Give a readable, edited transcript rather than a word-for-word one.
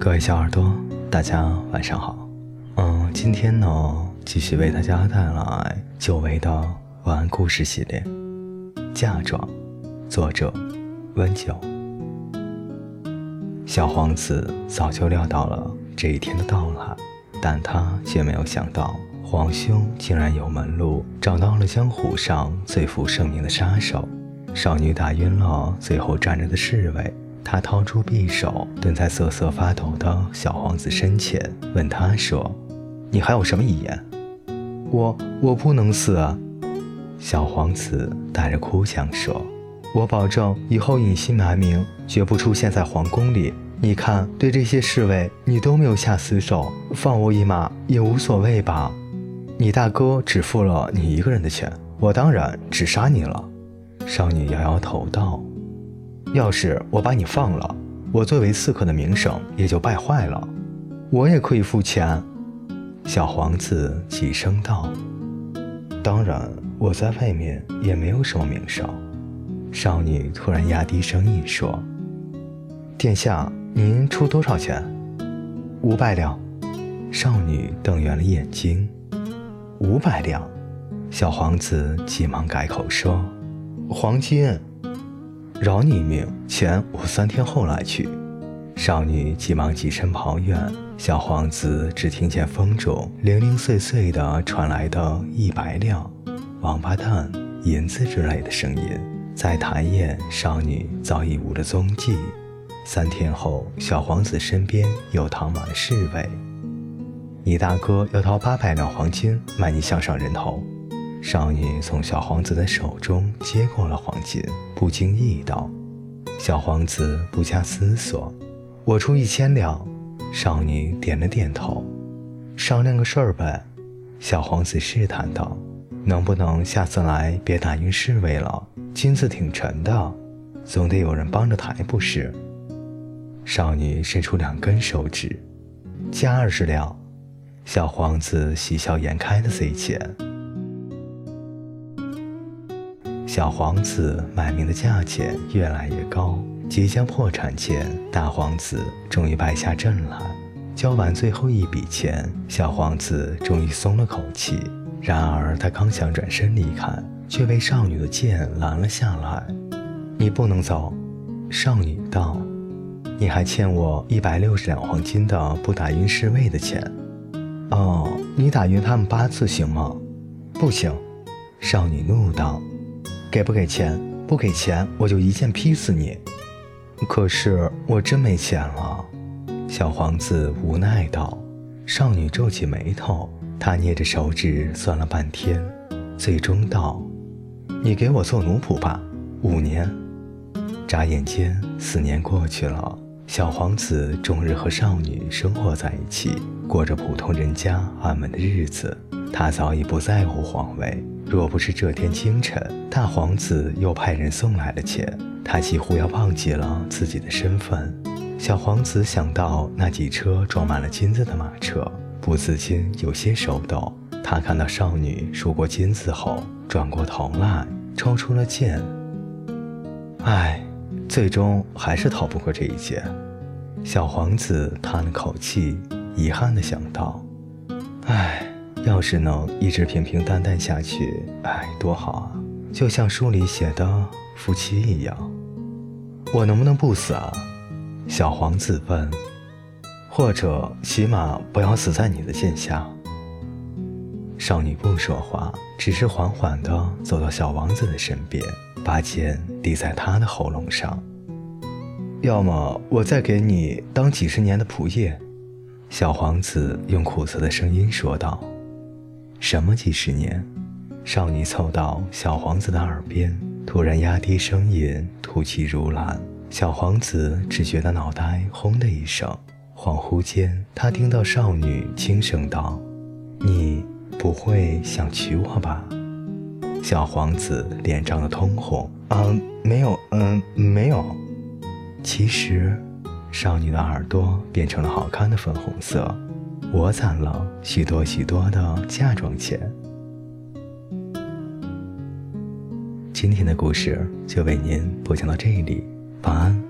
各位小耳朵，大家晚上好。今天呢，继续为大家带来久违的晚安故事系列《嫁妆》，作者温九。小皇子早就料到了这一天的到来，但他却没有想到皇兄竟然有门路，找到了江湖上最负盛名的杀手。少女打晕了最后站着的侍卫，他掏出匕首，蹲在瑟瑟发抖的小皇子身前，问他说：“你还有什么遗言？”我不能死啊！小皇子带着哭腔说：“我保证以后隐姓埋名，绝不出现在皇宫里。你看，对这些侍卫你都没有下死手，放我一马也无所谓吧？你大哥只付了你一个人的钱，我当然只杀你了。”少女摇摇头道：“要是我把你放了，我作为刺客的名声也就败坏了。我也可以付钱。”小皇子急声道：“当然，我在外面也没有什么名声。”少女突然压低声音说：“殿下，您出多少钱？500两。”少女瞪圆了眼睛。500两？小皇子急忙改口说：“黄金。”“饶你一命，钱我3天后来取。”少女急忙起身跑远，小皇子只听见风中零零碎碎地传来的100两、王八蛋、银子之类的声音。在抬眼，少女早已无了踪迹。3天后，小皇子身边又躺满了侍卫。“你大哥要掏800两黄金买你项上人头。”少女从小皇子的手中接过了黄金，不经意道。小皇子不加思索：“我出1000两。”少女点了点头。“商量个事儿呗。”小皇子试探道：“能不能下次来别打晕侍卫了？金子挺沉的，总得有人帮着抬不是？”少女伸出2根手指：“加20两。”小皇子喜笑颜开地塞钱。小皇子卖命的价钱越来越高，即将破产前，大皇子终于败下阵来。交完最后一笔钱，小皇子终于松了口气。然而他刚想转身离开，却被少女的剑拦了下来。“你不能走。”少女道，“你还欠我160两黄金的不打晕侍卫的钱。”“哦，你打晕他们8次行吗？”“不行。”少女怒道，“给不给钱？不给钱我就一剑劈死你。”“可是我真没钱了。”小皇子无奈道。少女皱起眉头，她捏着手指算了半天，最终道：“你给我做奴仆吧，5年。”眨眼间4年过去了，小皇子终日和少女生活在一起，过着普通人家安稳的日子。他早已不在乎皇位，若不是这天清晨，大皇子又派人送来了钱，他几乎要忘记了自己的身份。小皇子想到那几车装满了金子的马车，不自禁有些手抖。他看到少女数过金子后，转过头来，抽出了剑。最终还是逃不过这一劫。小皇子叹了口气，遗憾地想到：要是能一直平平淡淡下去，多好啊！就像书里写的夫妻一样。我能不能不死啊？小皇子问。或者起码不要死在你的剑下。少女不说话，只是缓缓地走到小王子的身边，把剑抵在他的喉咙上。要么我再给你当几十年的仆役。小皇子用苦涩的声音说道。什么几十年？少女凑到小皇子的耳边，突然压低声音，吐气如兰。小皇子只觉得脑袋轰的一声，恍惚间他听到少女轻声道：“你不会想娶我吧？”小皇子脸涨得通红。没有。其实少女的耳朵变成了好看的粉红色。我攒了许多许多的嫁妆钱。今天的故事就为您播讲到这里，晚安。